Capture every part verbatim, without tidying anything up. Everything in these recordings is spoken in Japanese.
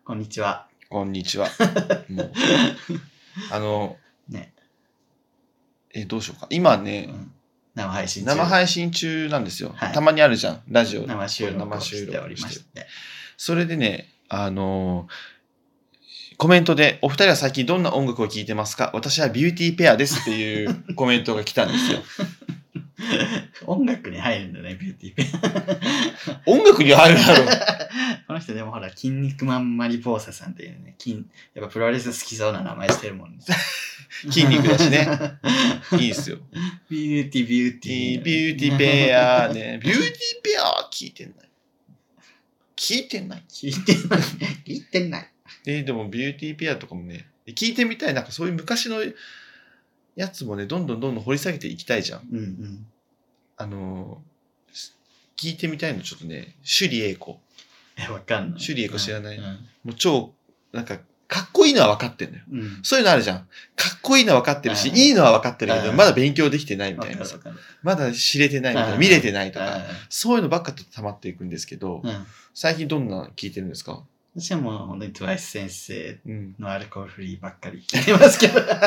こんにちは。 こんにちは。もうあの、 ね。 え、どうしようか。今ね、 うん、生配信中。 生配信中なんですよ。 はい、 たまにあるじゃん、ラジオ。 生収録生収しておりまして。 それでね、あのー、コメントで、お二人は最近どんな音楽を聴いてますか？私はビューティーペアですっていうコメントが来たんですよ。 音楽に入るんだね、ビューティーペア。 音楽に入るだろう。 この人でもほら、筋肉マンマリポーサさんっていうね、筋やっぱプロレス好きそうな名前してるもんね。 筋肉だしね。いいっすよ。 ビューティービューティー。 ビューティーペアね。ビューティーペアは聞いてない。聞いてない。 聞いてない。聞いてない。 えー、でもビューティーペアとかもね、聞いてみたい。なんかそういう昔のやつもね、どんどんどんどん掘り下げていきたいじゃん。 うんうん。 あのー、聞いてみたいのちょっとね、首里英子。 え、わかんない。 首里英子知らない、 うんうん、 もう超、なんか、かっこいいのは分かってんのよ、うん。そういうのあるじゃん。かっこいいのは分かってるし、いいのは分かってるけど、まだ勉強できてないみたいなさ。まだ知れてないみたいな、見れてないとか、そういうのばっかと溜まっていくんですけど、うん、最近どんな聞いてるんですか？ 私はもう本当にトゥワイス先生のアルコールフリーばっかり聞いてますけど。ト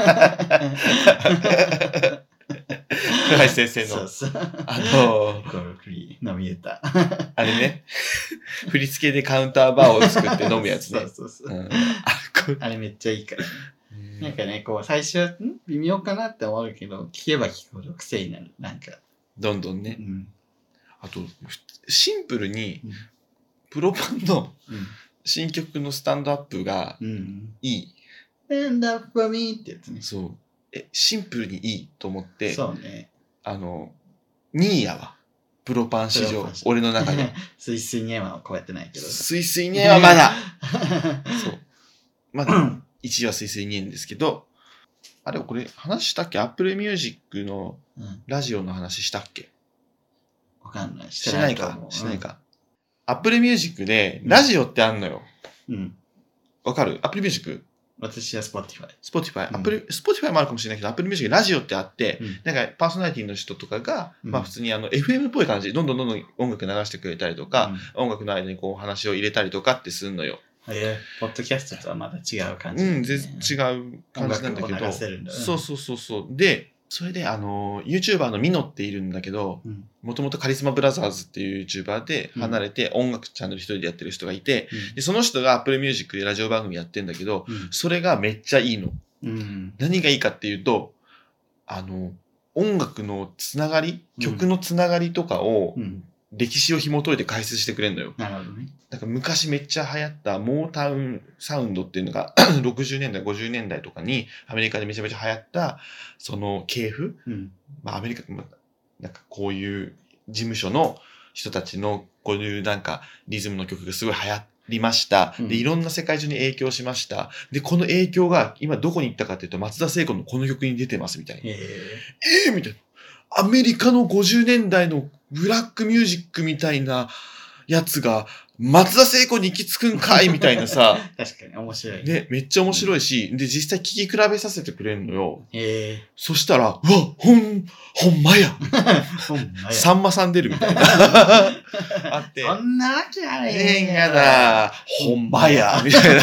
ゥワイス先生の、 そうそう、 あのアルコールフリー飲み歌。 あれね、振り付けでカウンターバーを作って飲むやつね。 そうそうそう、うん、あれめっちゃいいから、ね。なんかね、こう最初はん微妙かなって思うけど、聞けば聞くほど癖になる。なんか。 どんどんね。うん、あと、シンプルに、うん、プロパンの新曲のスタンドアップがいい。 Stand up for me ってやつね。 そう。え、シンプルにいいと思って。 そうね。 あの、にいやわ。プロパン史上、俺の中で。 スイスイニエはこうやってないけど。 スイスイニエはまだ。そう。まだいちいはスイスイニエですけど、あれ、これ話したっけ？ Apple Music のラジオの話したっけ？ わかんない。 してないか。してないか。Apple Music でラジオってあんのよ。うん。わかる？ Apple Music？ 私は Spotify。 Spotify。Apple、Spotify もあるかもしれないけど、Apple Music ラジオってあって、うん、なんかパーソナリティの人とかが、うん、まあ普通にあの エフエム っぽい感じでどんどんどんどん音楽流してくれたりとか、うん、音楽の間にこう話を入れたりとかってするのよ。 えー、ポッドキャストとはまた違う感じ、 ね。うん、全然違う感じなんだけど。そうそうそうそう。で、それであの、YouTuber のミノっているんだけど、もともとカリスマブラザーズっていう YouTuber で離れて音楽チャンネル一人でやってる人がいて、うん、でその人が Apple Music でラジオ番組やってんだけど、うん、それがめっちゃいいの、うん。何がいいかっていうと、あの、音楽のつながり、曲のつながりとかを、うん、歴史を紐解いて解説してくれるのよ。 なるほどね。 だから昔めっちゃ流行ったモータウンサウンドっていうのがろくじゅうねんだい、ごじゅうねんだいとかにアメリカでめちゃめちゃ流行ったその系譜、うん、まあアメリカなんかこういう事務所の人たちのこういうなんかリズムの曲がすごい流行りました。うん、で、いろんな世界中に影響しました。で、この影響が今どこに行ったかっていうと松田聖子のこの曲に出てますみたいな。えー、えー、みたいな。アメリカのごじゅうねんだいのブラックミュージックみたいなやつが松田聖子に行き着くんかいみたいなさ。 確かに面白い。 ね、めっちゃ面白いし、うん、で、実際聴き比べさせてくれるのよ。 へえ。 そしたら、うわ、ほん、ほんまや。 ほんまや。 さんまさん出るみたいな。あって。 そんなわけあれへんがな。ほんまや。みたいな。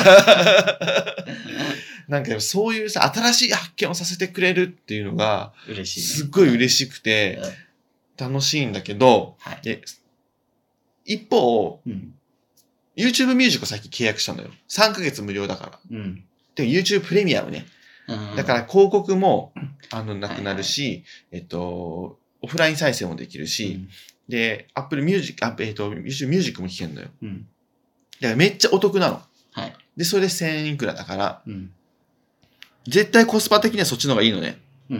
なんかそういうさ、新しい発見をさせてくれるっていうのが、 嬉しい、ね。 すっごい嬉しくて、楽しいんだけど、 はい、 で一方、うん、YouTube ミュージックを最近契約したのよ。さんかげつ無料だから。うん、で YouTube プレミアムね。うん、だから広告も、あの、なくなるし、はいはい、えっと、オフライン再生もできるし、うん、で、Apple Music、えっと、YouTube ミュージックも聴けるのよ。うん、だからめっちゃお得なの。 はい、で、 それでせんいくらだから、うん、絶対コスパ的にはそっちの方がいいのね。うん、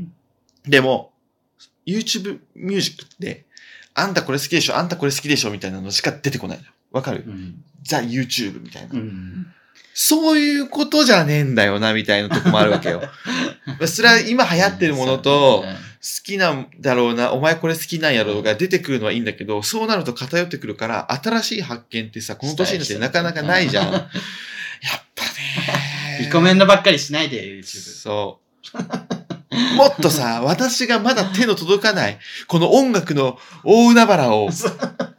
でも、YouTube ミュージックって、あんたこれ好きでしょあんたこれ好きでしょみたいなのしか出てこないのよ。わかる？うん、ザ・ YouTube みたいな、うん。そういうことじゃねえんだよな、みたいなとこもあるわけよ。それは今流行ってるものと、好きなんだろうな、お前これ好きなんやろうが出てくるのはいいんだけど、そうなると偏ってくるから、新しい発見ってさ、この年になってなかなかないじゃん。やっぱね。 リコメンドばっかりしないで、YouTube。 そう。もっとさ、私がまだ手の届かない、この音楽の大海原を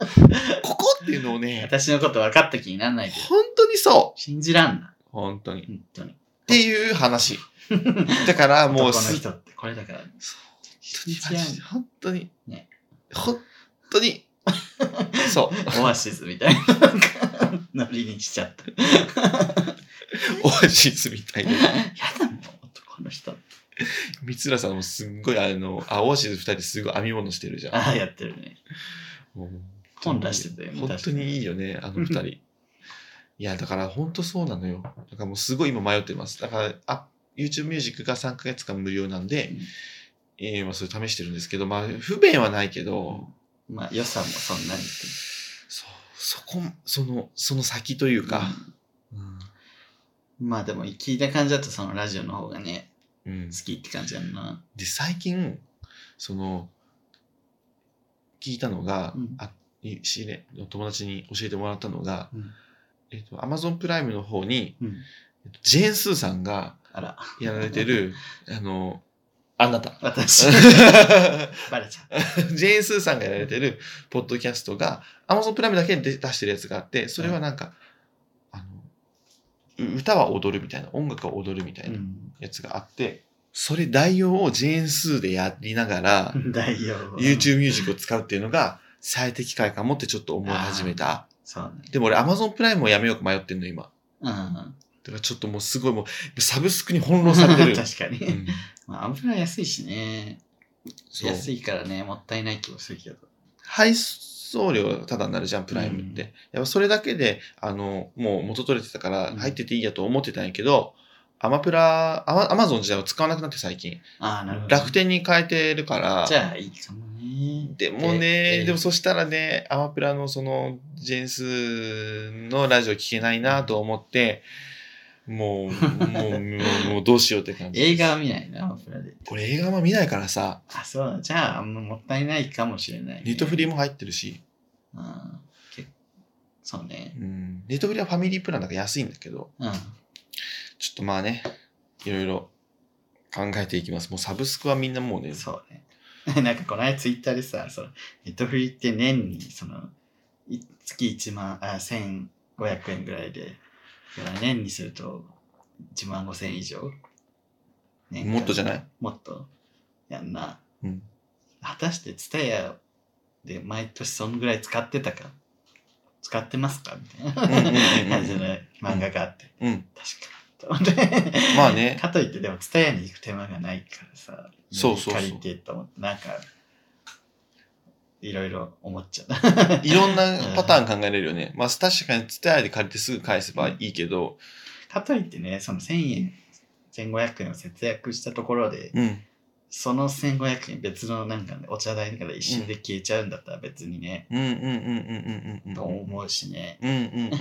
ここっていうのをね、 私のこと分かった気にならないけど。 本当にそう。 信じらんな。 本当に。 本当に。 っていう話。だからもう、 男の人ってこれだから。 信じらん。本当に。 ね。 本当に。そう。 オアシスみたいなノリにしちゃった。 オアシスみたいな。やだもん、男の人。 三浦さんもすっごいあの、あ、オアシス二人すごい編み物してるじゃん。 ああ、やってるね。本出してたよね。 本当にいいよね、あの二人。いや、だから本当そうなのよ。だからもうすごい今迷ってます。だから、あ、YouTube ミュージックがさんかげつかん無料なんで、うん、えー、まあそれ試してるんですけど、まあ不便はないけど、 うん、まあ予算もそんなに。 そう、そこ、その、その先というか、 うんうん、まあでも聞いた感じだとそのラジオの方がね、うん、好きって感じやんな。 で、最近、その、聞いたのが、うん、あ、知りの友達に教えてもらったのが、うん、えっと、Amazon プライムの方に、うん、ジェーン・スーさんがやられてる、あ, あの、あなた。 私。バレちゃう。ジェーン・スーさんがやられてるポッドキャストが、Amazon プライムだけで出してるやつがあって、それはなんか、うん、あの、歌は踊るみたいな、音楽は踊るみたいなやつがあって、うん、それ代用をジェーン・スーでやりながら、 代用 YouTube ミュージックを使うっていうのが、最適解かもってちょっと思い始めた。 そうね。 でも俺 Amazon プライムをやめようか迷ってんの今。 うん。だからちょっともうすごいもうサブスクに翻弄されてる。 確かに。うん、まあアンプラ安いしね。安いからね、もったいない気もするけど。 配送料ただになるじゃん、プライムって。うん、やっぱそれだけで、あの、もう元取れてたから入ってていいやと思ってたんやけど、うん、アマプラ、アマゾン自体を使わなくなって最近。 ああ、なるほど。 楽天に変えてるから。 じゃあいいかもね。 でもね、でもそしたらね、アマプラのその、ジェンスのラジオ聞けないなと思って、もう、もう、もう、もうどうしようって感じ。 映画は見ないな、アマプラで。 俺映画は見ないからさ。 あ、そうだ。じゃあ、あんまもったいないかもしれない、ね。 ネットフリも入ってるし。 うん。そうね。 うん。ネットフリはファミリープランだから安いんだけど。 うん。 ちょっとまあね、いろいろ考えていきます。もうサブスクはみんなもうね。 そうね。なんかこの間ツイッターでさ、そのネットフリって年にその月いちまん、あ、せんごひゃくえんぐらいで、年にするといちまんごせん以上。 もっとじゃない？ もっとやんな。 うん。 果たしてツタヤで毎年そんぐらい使ってたか使ってますかみたいな感じの漫画があって。 うん。 確かに。 まあね。 かといってでもツタヤに行く手間がないからさ。 そうそうそう。 借りてと思って、なんか、いろいろ思っちゃう。 いろんなパターン考えれるよね。まあ確かにツタヤで借りてすぐ返せばいいけど。 かといってね、そのせんえん、せんごひゃくえんを節約したところで、 うん、 そのせんごひゃくえん別のなんかね、お茶代から一瞬で消えちゃうんだったら別にね。 うんうんうんうんうんうん。 と思うしね。 うんうんうんうんうん。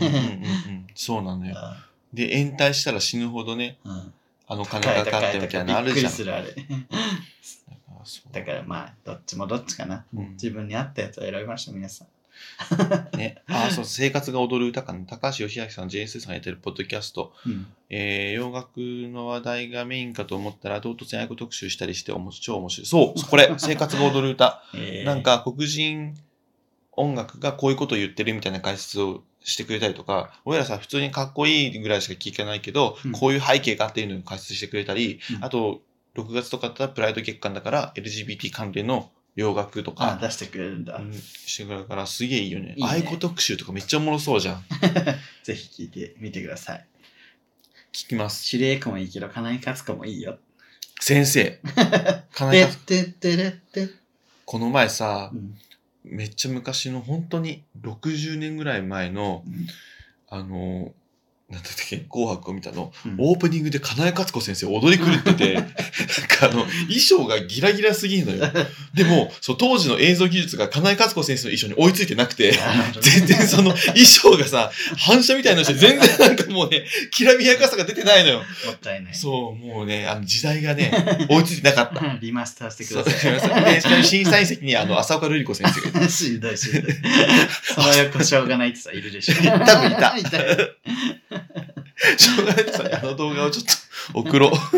そうなのよ。で、延滞したら死ぬほどね。 うん、 あの金がかかってみたいなのあるじゃん。 びっくりするあれ。だからまあ、どっちもどっちかな。うん、自分に合ったやつを選びました、皆さん。 ね、あ、そう、生活が踊る歌かな。高橋義明さん、ジェーエス さんがやってるポッドキャスト。 うん、 えー、洋楽の話題がメインかと思ったら、唐突に愛国特集したりして、超面白い。そう、これ、生活が踊る歌。 えー、 なんか、黒人音楽がこういうことを言ってるみたいな解説をしてくれたりとか、俺らさ、普通にかっこいいぐらいしか聞けないけど、うん、こういう背景があっていうのを解説してくれたり、うん、あと、ろくがつとかだったらプライド月間だから エルジービーティー 関連の洋楽とか出してくれるんだ、 うん、してくれるからすげえいいよね。 いいね。 愛子特集とかめっちゃおもろそうじゃん。 ぜひ聞いてみてください。 聞きます。 司令官もいいけど金井勝子もいいよ。 先生。金井勝子。てってれってこの前さ、 うん、 めっちゃ昔の本当にろくじゅうねんぐらい前の、 うん、 あのなんだったっけ、紅白を見たの、 うん、 オープニングで金井勝子先生踊り狂ってて、なんかあの、衣装がギラギラすぎるのよ。でも、そう、当時の映像技術が金井勝子先生の衣装に追いついてなくて、全然その衣装がさ、反射みたいなのして、全然なんかもうね、きらびやかさが出てないのよ。 もったいない。 そう、もうね、あの時代がね、追いついてなかった。 リマスターしてください。 そうで、しかも審査員席にあの、浅岡瑠璃子先生がいる。 しんどいしんどい。その横しょうがないってさ、いるでしょ。 多分いた。 いたしょうがないさ、あの動画をちょっと送ろう。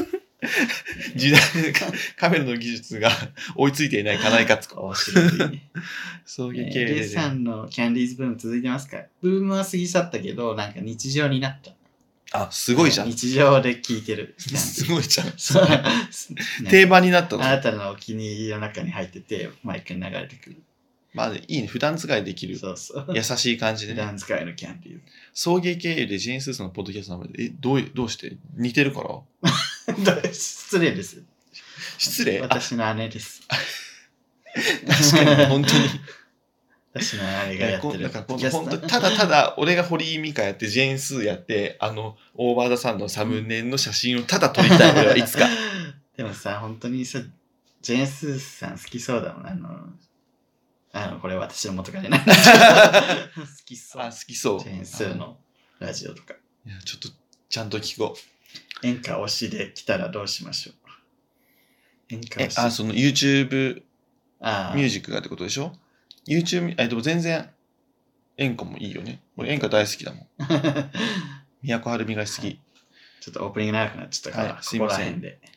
時代カメラの技術が追いついていない金井勝子。 面白いね。 送迎えー系で、 レイさんのキャンディーズブーム続いてますか？ブームは過ぎ去ったけど、なんか日常になった。 あ、すごいじゃん。 日常で聞いてる。 すごいじゃん。 そう、ね、 定番になったの。 あなたのお気に入りの中に入ってて、毎回流れてくる。 まあ、いいね。普段使いできる。 そうそう。 優しい感じでね。 普段使いのキャンディーズ。 送迎経由でジェーン・スーさんのポッドキャストの名前で、え、どう、どうして似てるから失礼です。 失礼私の姉です。 確かに、本当に。 私の姉がやってる。 なんか本当ただただ、俺が堀井美香やって、ジェーン・スーやって、あの、オーバーザさんのサムネの写真をただ撮りたい、俺はいつか。 でもさ、本当にさ、ジェーン・スーさん好きそうだもん。あの、あの、これ私の元カレなんだけど。好きそう。 あ、好きそう。 ジェーン・スーのラジオとか。 いや、ちょっと、ちゃんと聞こう。演歌推しで来たらどうしましょう。演歌推し。 え、あ、その YouTube あミュージックがってことでしょ？ YouTube、え、でも全然演歌もいいよね。俺演歌大好きだもん。都はるみが好き。 ちょっとオープニング長くなっちゃったから、 はい、すいません。 ここら辺で。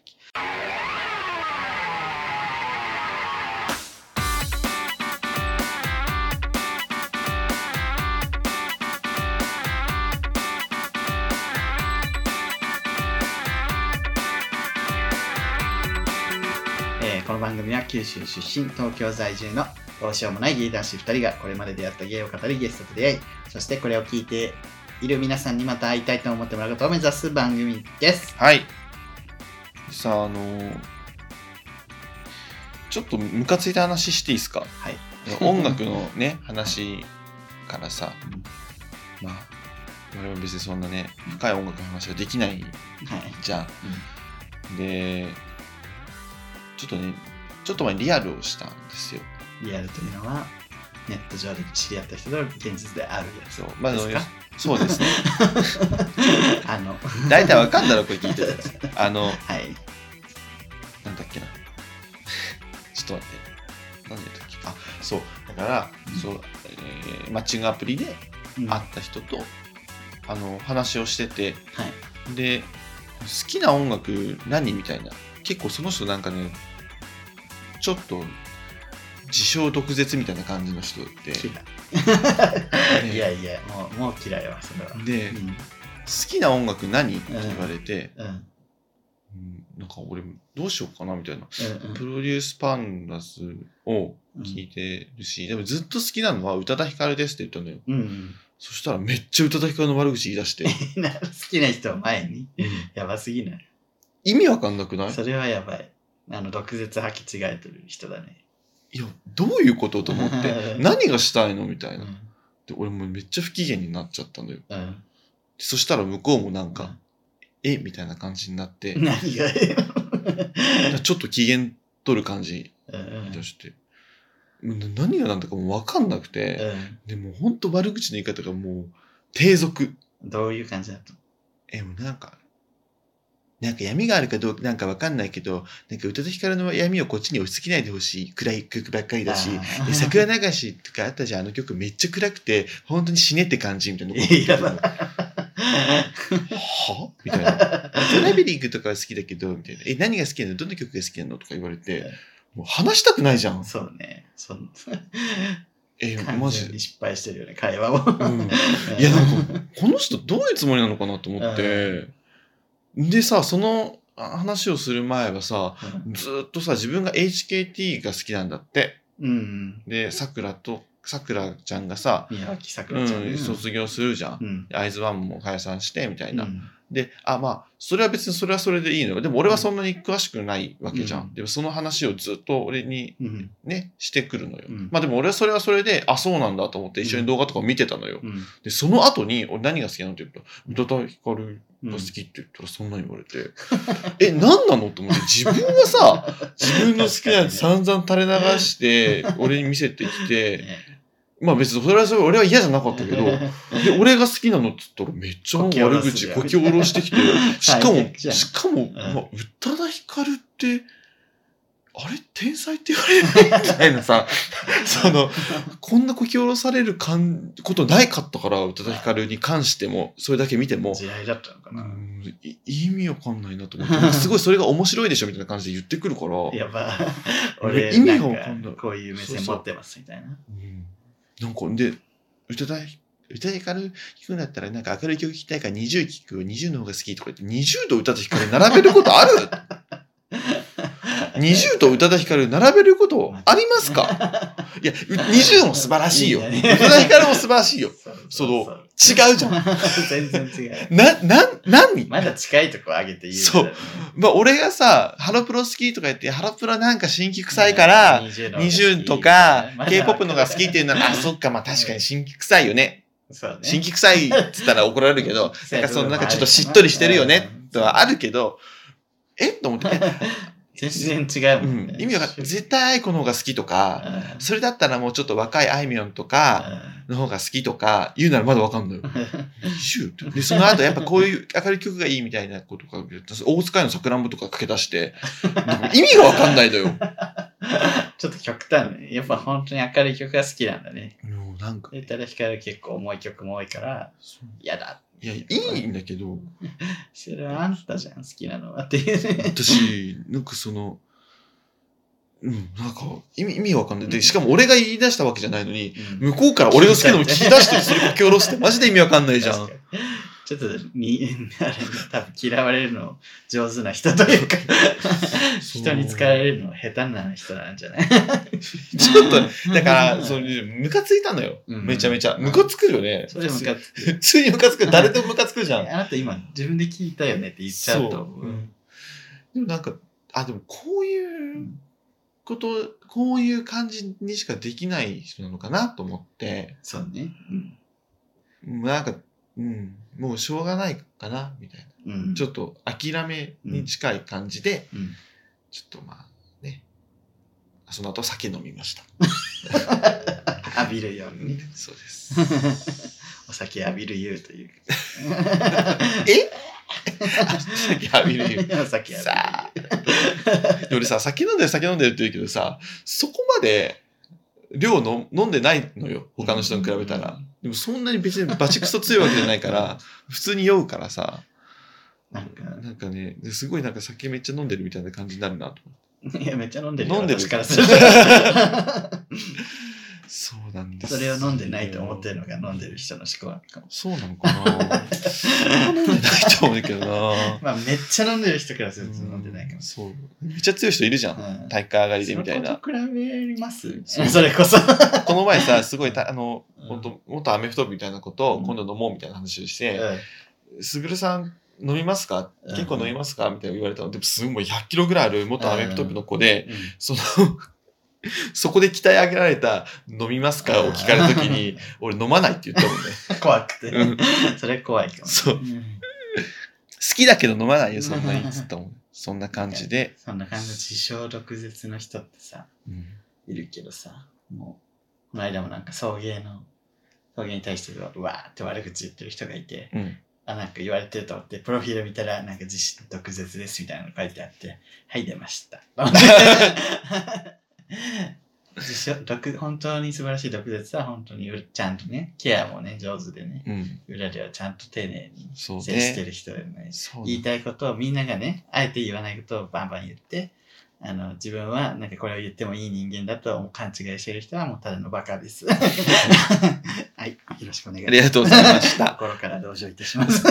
この番組は九州出身、東京在住のどうしようもない芸男子ふたりがこれまで出会った芸を語りゲストと出会い、そしてこれを聞いている皆さんにまた会いたいと思ってもらうことを目指す番組です。 はい。さあ、あのー、ちょっとムカついた話していいですか？ はい。 音楽のね、話からさ、まあ、我々別にそんなね、深い音楽の話ができないじゃん。はい、うん、で、ちょっとね、ちょっと前にリアルをしたんですよ。 リアルというのは、ネット上で知り合った人と現実であるやつですか？ まあ、そうですね。 あの、 大体わかんだろ、これ聞いてた。あの、 はい。 なんだっけな。ちょっと待って。何だったっけ。あ、そう。だから、うん、そう、えー、マッチングアプリで会った人と、うん、あの、話をしてて、はい、で、好きな音楽何みたいな。結構その人なんかね、ちょっと自称毒舌みたいな感じの人で、 ね、いやいやもう、もう嫌いはそれはで、うん、好きな音楽何って言われて、うんうん、なんか俺どうしようかなみたいな、うんうん、プロデュースパンダスを聞いてるし、うん、でもずっと好きなのは宇多田ヒカルですって言ったのよ、うんうん、そしたらめっちゃ宇多田ヒカルの悪口言い出して好きな人を前に、うん、やばすぎない？ 意味わかんなくない？ それはやばい。あの、毒舌吐き違えてる人だね。 いや、どういうことと思って、何がしたいのみたいな、うん。で、俺もめっちゃ不機嫌になっちゃったんだよ。うん、そしたら向こうもなんか、うん、えみたいな感じになって。 何がえちょっと機嫌取る感じ出して。うん、何が何だかもうわかんなくて、うん、でもほんと悪口の言い方がもう、低俗。 どういう感じだったの？ え、もうなんか、なんか闇があるかどうかなんかわかんないけど、なんか宇多田ヒカルの闇をこっちに押し付けないでほしい。暗い曲ばっかりだし、で桜流しとかあったじゃん、あの曲めっちゃ暗くて、本当に死ねって感じみたいなこと言ってる。はみたいな。トラベリングとかは好きだけど、みたいな。え、何が好きなの？どんな曲が好きなの？とか言われて、もう話したくないじゃん。 そうね。そう。 え、マジで。失敗してるよね、会話を。うん、 いや、なんか、この人どういうつもりなのかなと思って、でさ、その話をする前はさ、うん、ずっとさ、自分が エイチケーティー が好きなんだって。うん、で、桜と、桜ちゃんがさ、 宮脇桜ちゃん、 うん、卒業するじゃん。アイズワンも解散して、みたいな。うん、で、あ、まあ、それは別にそれはそれでいいのよ。でも俺はそんなに詳しくないわけじゃん。うん、でもその話をずっと俺にね、うん、してくるのよ。うん、まあでも俺はそれはそれで、あ、そうなんだと思って一緒に動画とか見てたのよ。うん、で、その後に、俺何が好きなのって言うと、宇多田ヒカルが好きって言ったらそんなに言われて、うん、え、何なのと思って、自分はさ、自分の好きなやつ散々垂れ流して、俺に見せてきて、まあ別にそれはそれ俺は嫌じゃなかったけど、で、俺が好きなのって言ったらめっちゃ悪口こき下ろしてきて、しかも、しかも、まあ、宇多田ヒカルって、 あれ天才って言われるみたいなさ、その、こんなこき下ろされるかんことないかったから、宇多田ヒカルに関しても、それだけ見ても、 時代だったのかな。 うん意味わかんないなと思って、すごいそれが面白いでしょみたいな感じで言ってくるから、 やば、俺、 意味がわかんない。 こういう目線持ってますみたいな。 そうそううん、なんか、で、宇多田宇多田ヒカル聞くんだったら、なんか明るい曲聴きたいからにじゅう聴く、にじゅうの方が好きとか言って、にじゅうと宇多田ヒカル並べることあるにじゅうと宇多田ヒカル並べることありますか？いや、にじゅうも素晴らしいよ。宇多田ヒカルも素晴らしいよ。その、違うじゃん。 全然違う。 な、な、何まだ近いとこ上げて言う、ね。 そう。まあ、俺がさ、ハロプロ好きとか言って、ハロプロなんか新規臭いから、にじゅうとか、K-ポップ のが好きっていうのは、あ、そっか、まあ確かに新規臭いよね。そうね、新規臭いって言ったら怒られるけど、なんかそのなんかちょっとしっとりしてるよね、とはあるけど、えと思って。 全然違うもんね。 うん、意味わかんない。絶対愛子の方が好きとか、うん、それだったらもうちょっと若いあいみょんとかの方が好きとか言うならまだわかんないよ。シューで、その後やっぱこういう明るい曲がいいみたいなことか、大塚愛のさくらんぼとかかけ出して、意味がわかんないのよ。 ちょっと極端ね。やっぱ本当に明るい曲が好きなんだね。 もうなんか。 宇多田ヒカル結構重い曲も多いから、嫌だ。 いや、いいんだけど。 それはあんたじゃん、好きなのはっていうね。 私、なんかその、うん、なんか意味、意味わかんない。で、しかも俺が言い出したわけじゃないのに、うん、向こうから俺の好きなの聞き出してそれこき下ろしてマジで意味わかんないじゃん。 ちょっと、に、あれ、多分嫌われるの上手な人というか、人に使われるの下手な人なんじゃないちょっと、だから、そういう、ムカついたのよ。うん、めちゃめちゃ。ムカつくよね。 それムカつく。 普通にムカつく。誰でもムカつくじゃん。 あなた今自分で聞いたよねって言っちゃうと。う、うん、 でもなんか、あ、でもこういうこと、こういう感じにしかできない人なのかなと思って。 そうね。 うん、なんか、うん、もうしょうがないかなみたいな、うん、ちょっと諦めに近い感じで、うん、ちょっとまあね、その後酒飲みました浴びるように、ね、 そうですお酒浴びる湯というえ酒浴びる湯お酒浴びる湯さあ俺さ酒飲んでる酒飲んでるって言うけどさ、そこまで量の飲んでないのよ他の人に比べたら、でもそんなに別にバチクソ強いわけじゃないから普通に酔うからさ、なんかなんかね、すごいなんか酒めっちゃ飲んでるみたいな感じになるなと思って。いやめっちゃ飲んでるよ。 飲んでるからするそうなんです。 それを飲んでないと思ってるのが飲んでる人の思考かも。 そうなのかな飲んでないと思うけどなまあめっちゃ飲んでる人からすると飲んでないかも。 そうめっちゃ強い人いるじゃん、うん、大会上がりでみたいな。 そこと比べますそれこそこの前さすごいたあの、うん、本当元アメフト部みたいなことを今度飲もうみたいな話をして、うん、すぐるさん飲みますか、うん、結構飲みますかみたいな言われたので、すごいひゃっキロぐらいある元アメフト部の子で、うん、そのそこで鍛え上げられた飲みますかを聞かれたときに、俺飲まないって言ったもんね。 怖くて。うん、それ怖いかも。 そう。好きだけど飲まないよ、そんなに。つったもん。そんな感じで。 そんな感じで自称毒舌の人ってさ、うん、いるけどさ、もう、この間もなんか送迎の、送迎に対してうわーって悪口言ってる人がいて、うん、あ、なんか言われてると思って、プロフィール見たら、なんか自称毒舌ですみたいなの書いてあって、はい、出ました。自称毒本当に素晴らしい毒舌は本当にちゃんとねケアもね上手でね、うん、裏ではちゃんと丁寧に接してる人でね、言いたいことをみんながねあえて言わないことをバンバン言って、あの自分はなんかこれを言ってもいい人間だと勘違いしてる人はもうただのバカですはいよろしくお願いします。 ありがとうございました心から同情いたします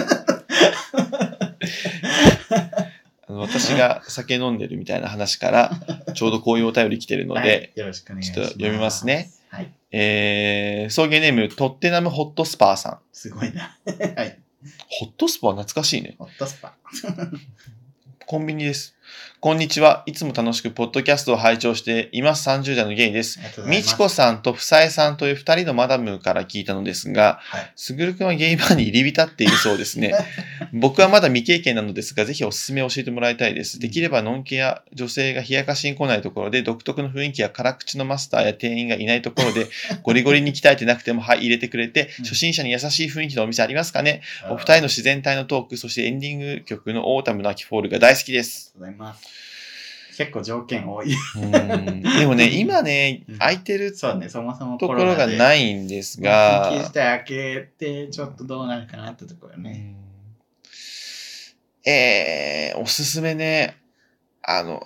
私が酒飲んでるみたいな話からちょうどこういうお便り来てるので、はい、 よろしくお願いします。ちょっと読みますね。 はい、 えー、送迎ネームトッテナムホットスパーさん。 すごいな。はい。 ホットスパー懐かしいね。 ホットスパコンビニです。こんにちは。いつも楽しくポッドキャストを拝聴しています。さんじゅう代のゲイです。みちこさんとふさえさんというふたりのマダムから聞いたのですが、すぐるくんはゲイバーに入り浸っているそうですね。僕はまだ未経験なのですが、ぜひおすすめを教えてもらいたいです。できれば、のんけや女性が冷やかしに来ないところで、独特の雰囲気や辛口のマスターや店員がいないところで、ゴリゴリに鍛えてなくても、はい、入れてくれて、初心者に優しい雰囲気のお店ありますかね。お二人の自然体のトーク、そしてエンディング曲のオータムの秋フォールが大好きです。 ありがとうございます。 結構条件多い。 うんでもね、今ね、 うん空いてるそうね、そもそもところがいないんです緊急が事、態明けて、ちょっとどうなるかなってところよね。 うんえー、おすすめね、あの、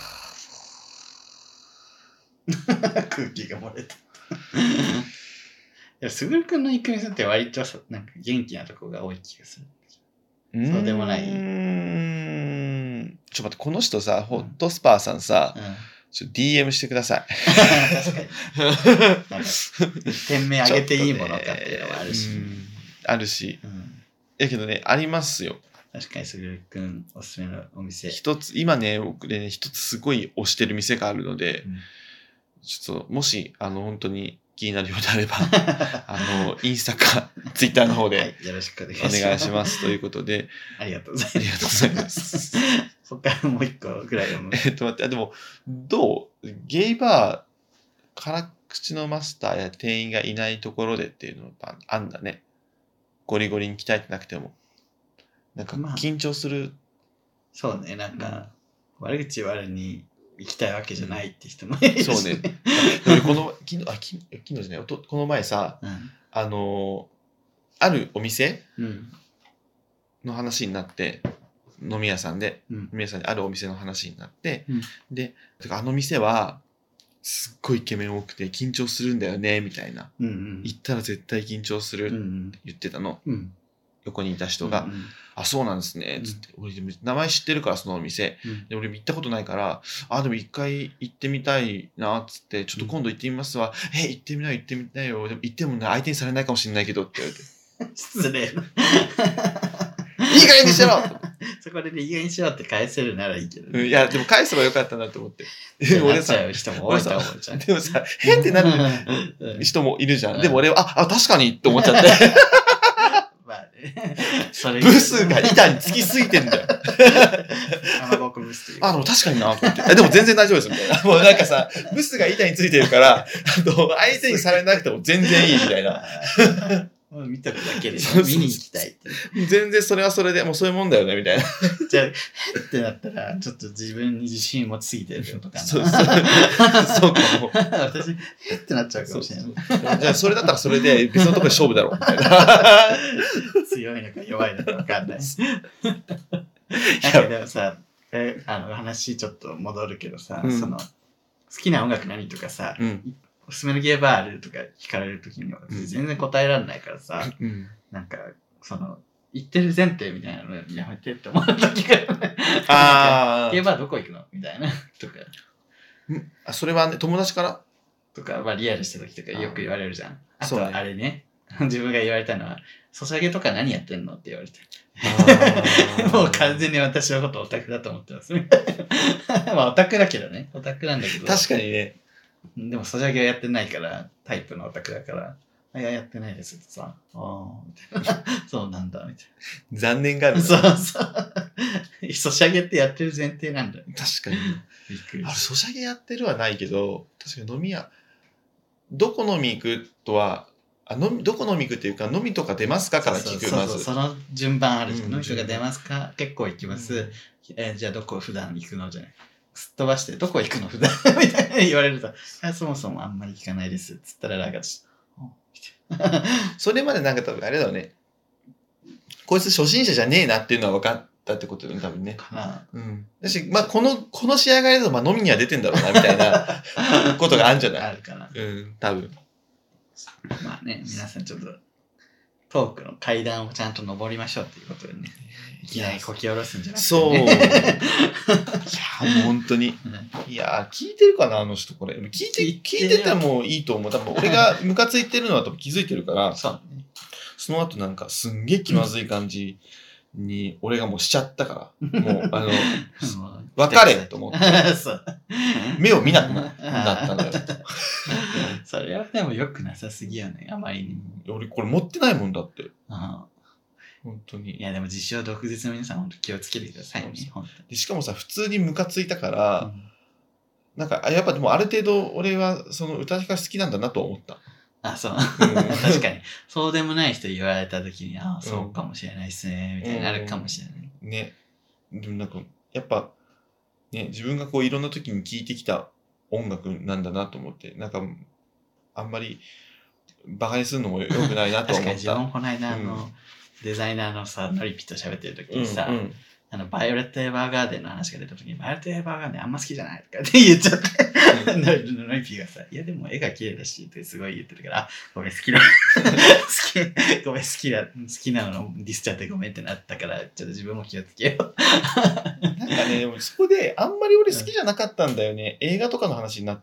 空気が漏れた。いや、すぐるくんの行く店って割とさ、なんか元気なとこが多い気がする。そうでもないうーんちょっと待って、この人さ、ホットスパーさんさ、 うん。 ちょっと ディーエム してください。 確かに。なんか、店名上げていいものかっていうのもあるし。 ちょっとねうんあるし。 うんやけどね、ありますよ。 確かにすぐるくんおすすめのお店。 一つ、今ね、僕ね、一つすごい推してる店があるので、 うんちょっと、もし、あの、本当に気になるようであれば、あの、インスタか、ツイッターの方はでい、よろしくお願いしおます。 願いします。ということで、 ありがとうございありがとうございま。 ますす。 他もう一個ぐらい読む。 えっと待って、あでも、どうゲイバー、辛口のマスターや店員がいないところでっていうのがあんだね。ゴリゴリに鍛えてなくても。なんか、 まあ緊張する。 そうね、なんか、悪口言われに行きたいわけじゃないって人もいるし、 そうね。俺この、昨日、あ、昨日昨日じゃないおと、この前さ、 うん。 あのーあるお店うん。 の話になって、飲み屋さんで、 うん飲み屋さんであるお店の話になって、 うんで、てかあの店は、すっごいイケメン多くて緊張するんだよね、みたいな。 うんうん。 行ったら絶対緊張するってうん言ってたの。 うん。 横にいた人が、 うんあ、そうなんですね、つって、俺でも名前知ってるから、そのお店。 うんで、俺行ったことないから、あ、でも一回行ってみたいな、つって、ちょっと今度行ってみますわ。え、行ってみなよ、行ってみなよ。でも行ってもね、相手にされないかもしれないけど、って言われて。 失礼な。 いい加減にしろそこでね、意外にしようって返せるならいいけどね。 うんいや、でも返せばよかったなと思って。 でも俺さ、 なっちゃう人も多いと思うじゃん。 でもさ、変ってなるうん人もいるじゃ。 うんんでも俺は、あ、あ、確かにって思っちゃって。 まあね。それブスが板につきすぎてんだよ。 かまぼこブスというあの、確かにな、と思って。えでも全然大丈夫です、みたいな。もうなんかさ、ブスが板についてるから、あの、相手にされなくても全然いいみたいな。 もう見とくだけでそうそうそう見に行きたいって。 全然それはそれで、もうそういうもんだよね、みたいな。 じゃあ、へってなったら、ちょっと自分に自信持ちすぎてるってことかな。 そうそう。そうかも。 私、へってなっちゃうかもしれない。 じゃあ、それだったらそれで別のところで勝負だろう、みたいな。 強いのか弱いのか分かんない。なんかでもさ、えあの話ちょっと戻るけどさ、 うんその好きな音楽何とかさ、 うん。 おすすめのゲーバーあるとか聞かれるときにはうん全然答えられないからさ、 うん。 なんかその言ってる前提みたいなのやめてって思うときがね。 あーゲーバーどこ行くのみたいなとか。 あ。それはね、友達からとか、まあリアルした時とかよく言われるじゃん。あとそうねあれね、自分が言われたのは、ソシャゲとか何やってんのって言われて。もう完全に私のことオタクだと思ってます。まあオタクだけどね。オタクなんだけど。 確かにね。 でもソシャゲはやってないから、タイプのオタクだから、あいや、やってないですってさ、ああ、みたいな。そうなんだ、みたい残念がある。 な。そうそう。ソシャゲってやってる前提なんだよ。 確かに。 びっくりあれ、 しソシャゲやってるはないけど、確かに飲み屋、どこ飲み行くとは、あ飲みどこ飲み行くっていうか、飲みとか出ますかた。 から聞く、 そうそうそうまず。 その順番あるじゃん。 うん飲みとか出ますか結構行きます。えーじゃあどこ普段行くのじゃない。すっ飛ばして、どこ行くの普段みたいな言われると、あそもそもあんまり聞かないです。つったらなんかちょっと、みたいなそれまでなんか多分あれだよね。こいつ初心者じゃねえなっていうのは分かったってことよね、多分ね。 かな。 うん。だし、まあ、この、この仕上がりだと、まあ、飲みには出てんだろうな、みたいなことがあるんじゃないあるかな。 うん、多分。 まあね、皆さんちょっと、トークの階段をちゃんと登りましょうっていうことでね。いきなりこき下ろすんじゃなくて、 そう。いや、 ね。 もう本当に。いや、聞いてるかな、あの人、これ。聞いて、 聞いて聞いてたらもういいと思う。多分、俺がムカついてるのは多分気づいてるから、 そうね。 その後なんか、すんげえ気まずい感じに、俺がもうしちゃったから、もう、あの、別れと思って、 そう。 目を見なくなったのよ。 それはでも良くなさすぎよね、あまりに。 俺、これ持ってないもんだって。 あ本当に。 いや、でも自称毒舌の皆さん、本当気をつけてくださいね、本でしかもさ、普通にムカついたか当ら、 に。 なんか、あやっぱでもある程度俺はその歌彦好きなんだなと思った。 あ、そう。 ん確かに。そうでもない人言われたときに、ああ、そうかもしれないっすね、みたいになるかもしれない。 ね。でもなんか、やっぱ、 ね、自分がこういろんな時に聴いてきた音楽なんだなと思って、なんかあんまりバカにするのも良くないなと思った。 確かに自分この間あの、 うん、 デザイナーのさ、ノリピと喋ってる時にさ、 うんうん、 あの、バイオレット・エヴァーガーデンの話が出た時に、バイオレット・エヴァーガーデンあんま好きじゃないとかって言っちゃって、ノリノリピがさ、いやでも絵が綺麗だしってすごい言ってるから、あ、ごめん好きな、好き、ごめん好きな、好きなのディスっちゃってごめんってなったから、ちょっと自分も気をつけよう。 なんかね、でもそこであんまり俺好きじゃなかったんだよね。映画とかの話になって、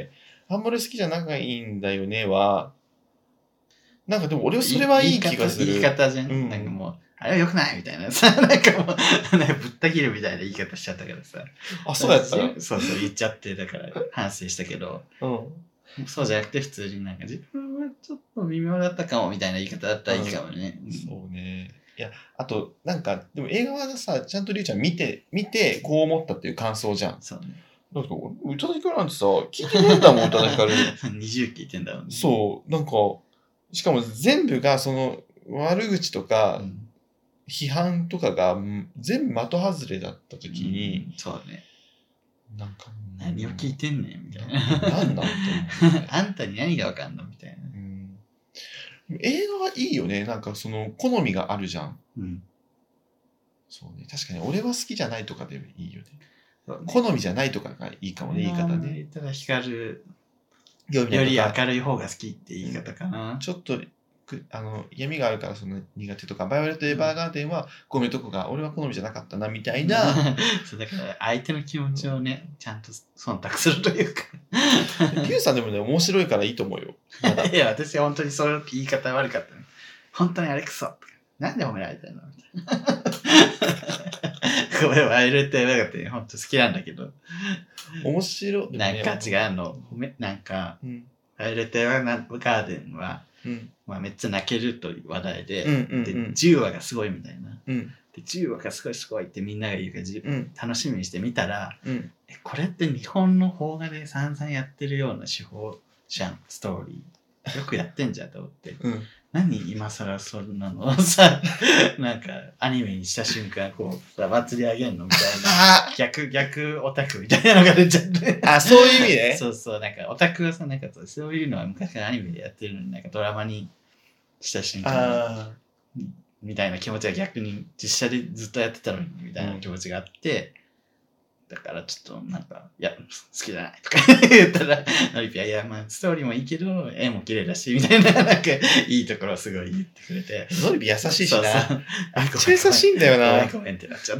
あんまり好きじゃないんだよねは、なんかでも俺はそれはいい気がする。 言い方じゃん。うん、なんかもう、あれは良くないみたいなさ、なんかもう、なんかぶった切るみたいな言い方しちゃったからさ。 あ、そうやったそうそう言っちゃって、だから反省したけど、うん、そうじゃなくて普通になんか自分はちょっと微妙だったかもみたいな言い方だったらいいかもね。 うん、そうね。いや、あと、なんか、でも映画はさ、ちゃんとりゅうちゃん見て、見て、こう思ったっていう感想じゃん。 そうね。 だから宇多田ヒカルなんてさ、聞いてねえんだもん、宇多田ヒカル。 にじゅう聞いてんだもんね。 そう、なんか、しかも全部がその悪口とか、批判とかが全部的外れだった時に、 うん、そうね。 なんか、 何を聞いてんねんみたいな。 なんなんと思って。 あんたに何がわかんのみたいな。 うん、映画はいいよね。なんかその好みがあるじゃん。うん。そうね。確かに俺は好きじゃないとかでいいよね。好みじゃないとかがいいかもね、言い方ね。 ただ光るより明るい方が好きって言い方かな。 ちょっとあの闇があるからその苦手とか、バイオレット・エヴァーガーデンはこういうとこが俺は好みじゃなかったなみたいな。 そうだから相手の気持ちをね、ちゃんと忖度するというか。 リュウさんでもね、面白いからいいと思うよ。 いや、私は本当にそういう言い方悪かったね。本当にあれクソなんで褒められたのみたいな。ごめん、バイオレット・エヴァーガーデン本当好きなんだけど。 面白い、 ね。なんか違うの。なんか、うん、バイオレット・エヴァーガーデンは、うんまあ、めっちゃ泣けるという話題で、うんうんうん、でじゅうわがすごいみたいな、うん、でじゅうわがすごいすごいってみんなが言うから、うん、楽しみにしてみたら、うん、えこれって日本の邦画で散々やってるような手法じゃん、ストーリーよくやってんじゃんと思って、うん、何今更そんなのさなんかアニメにした瞬間こうさ祭り上げんのみたいな逆逆オタクみたいなのが出ちゃってあそういう意味ねそうそうなんかオタクはさなんかそういうのは昔からアニメでやってるのになんかドラマにした瞬間みたいな気持ちが逆に実写でずっとやってたのにみたいな気持ちがあって、うん、だからちょっとなんかいや好きじゃないとか言ったらノリピはいやまあストーリーもいいけど絵も綺麗だしみたいななんかいいところをすごい言ってくれてノリピ優しいしなめっちゃ優しいんだよなごめんごめんってなっちゃった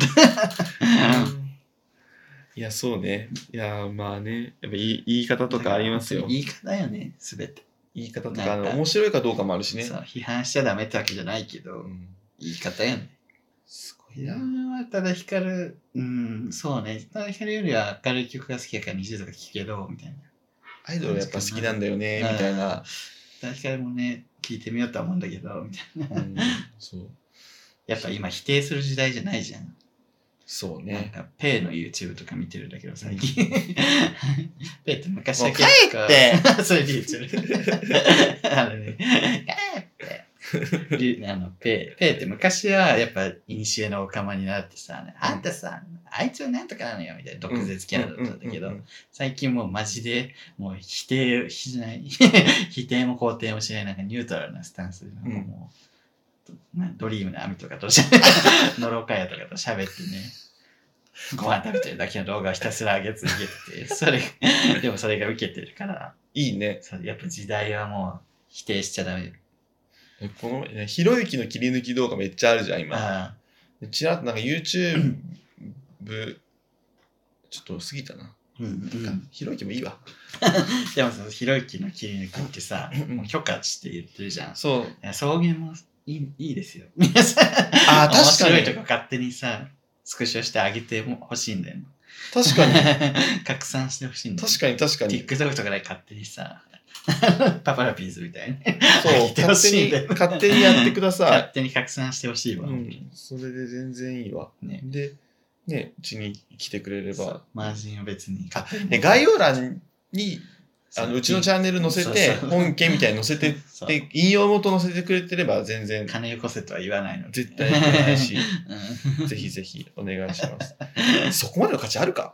いやそうねいやまあねやっぱ言い言い方とかありますよ言い方よねすべて言い方とか面白いかどうかもあるしねそう批判しちゃダメってわけじゃないけど、うん、言い方やねすごいな宇多田ヒカルうんそうね宇多田ヒカルよりは明るい曲が好きやからにじゅうとか聴くけどみたいなアイドルやっぱ好きなんだよねみたいな宇多田ヒカルもね聴いてみようとは思うんだけどみたいな、うん、そうやっぱ今否定する時代じゃないじゃんそうね。 なんか、ペイの YouTube とか見てるんだけど、最近。ペイって昔は結構。帰ってそれで言っちゃう。あのね、帰ってあの、ペイ。ペイって昔はやっぱ、イニシエのオカマになってさ、あんたさ、あいつはなんとかなのよ、みたいな毒舌キャラだったんだけど、最近もうマジで、もう否定しない、否定も肯定もしない、なんかニュートラルなスタンスで、うん、もう、ドリームのアミとかとしゃべノロカヤとかと喋ってねご飯食べてるだけの動画をひたすら上げ続けててそれでもそれが受けてるからいいねやっぱ時代はもう否定しちゃダメえこのねひろゆきの切り抜き動画めっちゃあるじゃん今ちらっとなんか YouTube ちょっと過ぎたなうんうん、ひろゆきもいいわでもそのひろゆきの切り抜きってさもう許可して言ってるじゃんそう草原もいい、いいですよ。皆さん。ああ、確かに。面白いとこ勝手にさ、スクショしてあげてほしいんだよ。 確かに。 拡散してほしいんだよ。 確かに確かに。 TikTok とかで勝手にさ、パパラピーズみたいに。 そう、勝手に、勝手にやってください。 勝手に拡散してほしいわ、うん。 それで全然いいわ。ね、で、ね、うちに来てくれれば。 マージンは別に勝手に。 で、概要欄に、あのうちのチャンネル載せて、本家みたいに載せて、で、引用元載せてくれてれば全然。 金よこせとは言わないの。 絶対言わないし、ぜひぜひお願いします。そこまでの価値あるか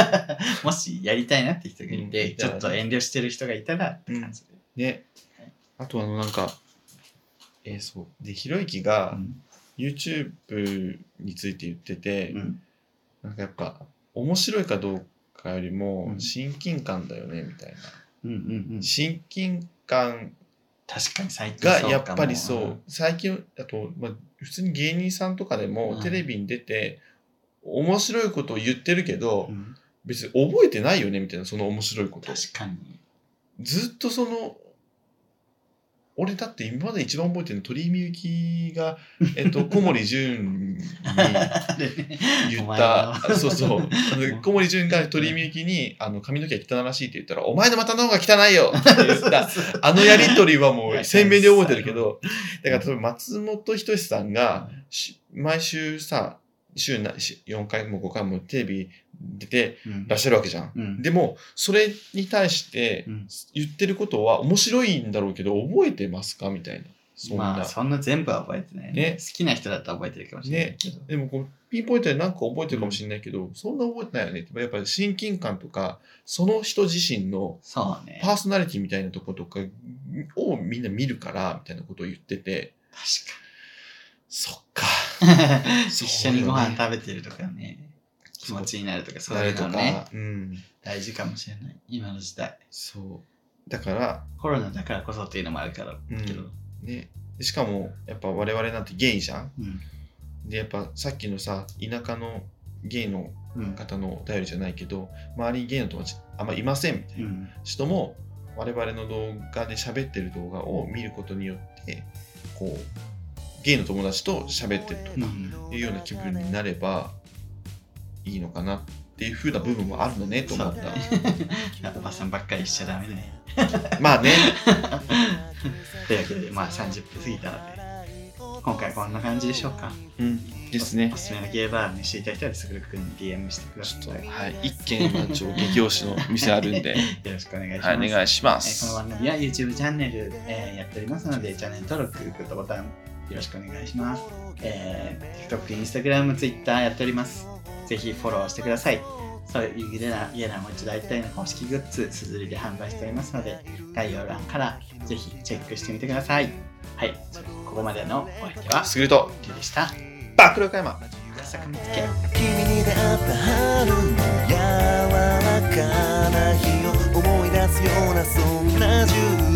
もしやりたいなって人がいて、 うんちょっと遠慮してる人がいたらって感じで。 ね。あとあのなんか、えー、そう。で、ひろゆきが YouTube について言ってて、うん、なんかやっぱ面白いかどうかよりも親近感だよねみたいな。うんうんうん、親近感確かに最近がやっぱりそう、最近だと、まあ、普通に芸人さんとかでもテレビに出て面白いことを言ってるけど、うん、別に覚えてないよねみたいな、その面白いこと。 確かに。 ずっとその、俺だって今まで一番覚えてるの鳥居みゆきが、えっと、小森純に言った、そうそう、小森純が鳥居みゆきにあの髪の毛が汚らしいって言ったら、お前の股の方が汚いよって言った、あのやりとりはもう鮮明に覚えてるけど、だから松本人志さんが、毎週さ、週よんかいもごかいもテレビ出てらっしゃるわけじゃん。うん、でも、それに対して言ってることは面白いんだろうけど、覚えてますかみたいな。 そんな。まあ、そんな全部は覚えてないね。ね、好きな人だったら覚えてるかもしれないけど。 ね、でもこう、ピンポイントで何か覚えてるかもしれないけど、うん、そんな覚えてないよね。やっぱり親近感とか、その人自身のパーソナリティみたいなところとかをみんな見るから、みたいなことを言ってて。 確かに。 そっか。 一緒にご飯食べてるとかね、気持ちになるとか、そういうのね、うん、大事かもしれない、今の時代。 そう。だから、 コロナだからこそっていうのもあるからけど。 うん、ね。しかも、やっぱ我々なんてゲイじゃん。うん、で、やっぱさっきのさ、田舎のゲイの方のお便りじゃないけど、うん、周りにゲイの友達あんまいませんみたいな人も、うん、我々の動画で喋ってる動画を見ることによって、こう、ゲイの友達と喋ってるというような気分になればいいのかなっていう風な部分もあるのねと思った。 おばさんばっかりしちゃダメね。 まあね。 というわけで、まあさんじゅっぷん過ぎたので、今回こんな感じでしょうか。 うんですね。 おすすめのゲイバーに知りたい人はすぐるくんに ディーエム してください。 はい、一軒満潮激推しの店あるんで、 よろしくお願いします。 はい、お願いします。 えー、この番組は YouTube チャンネル、えー、やっておりますので、チャンネル登録、グッドボタンよろしくお願いします。えー、TikTok、Instagram、Twitter やっております。ぜひフォローしてください。そういう家な家なもう一度会いたいの公式グッズ、すずりで販売しておりますので、概要欄からぜひチェックしてみてください。はい、ここまでのお相手はすぐるとリュウでした。 暴露岡山笠上つけ。 君に出会った春の柔らかな日を思い出すようなそんな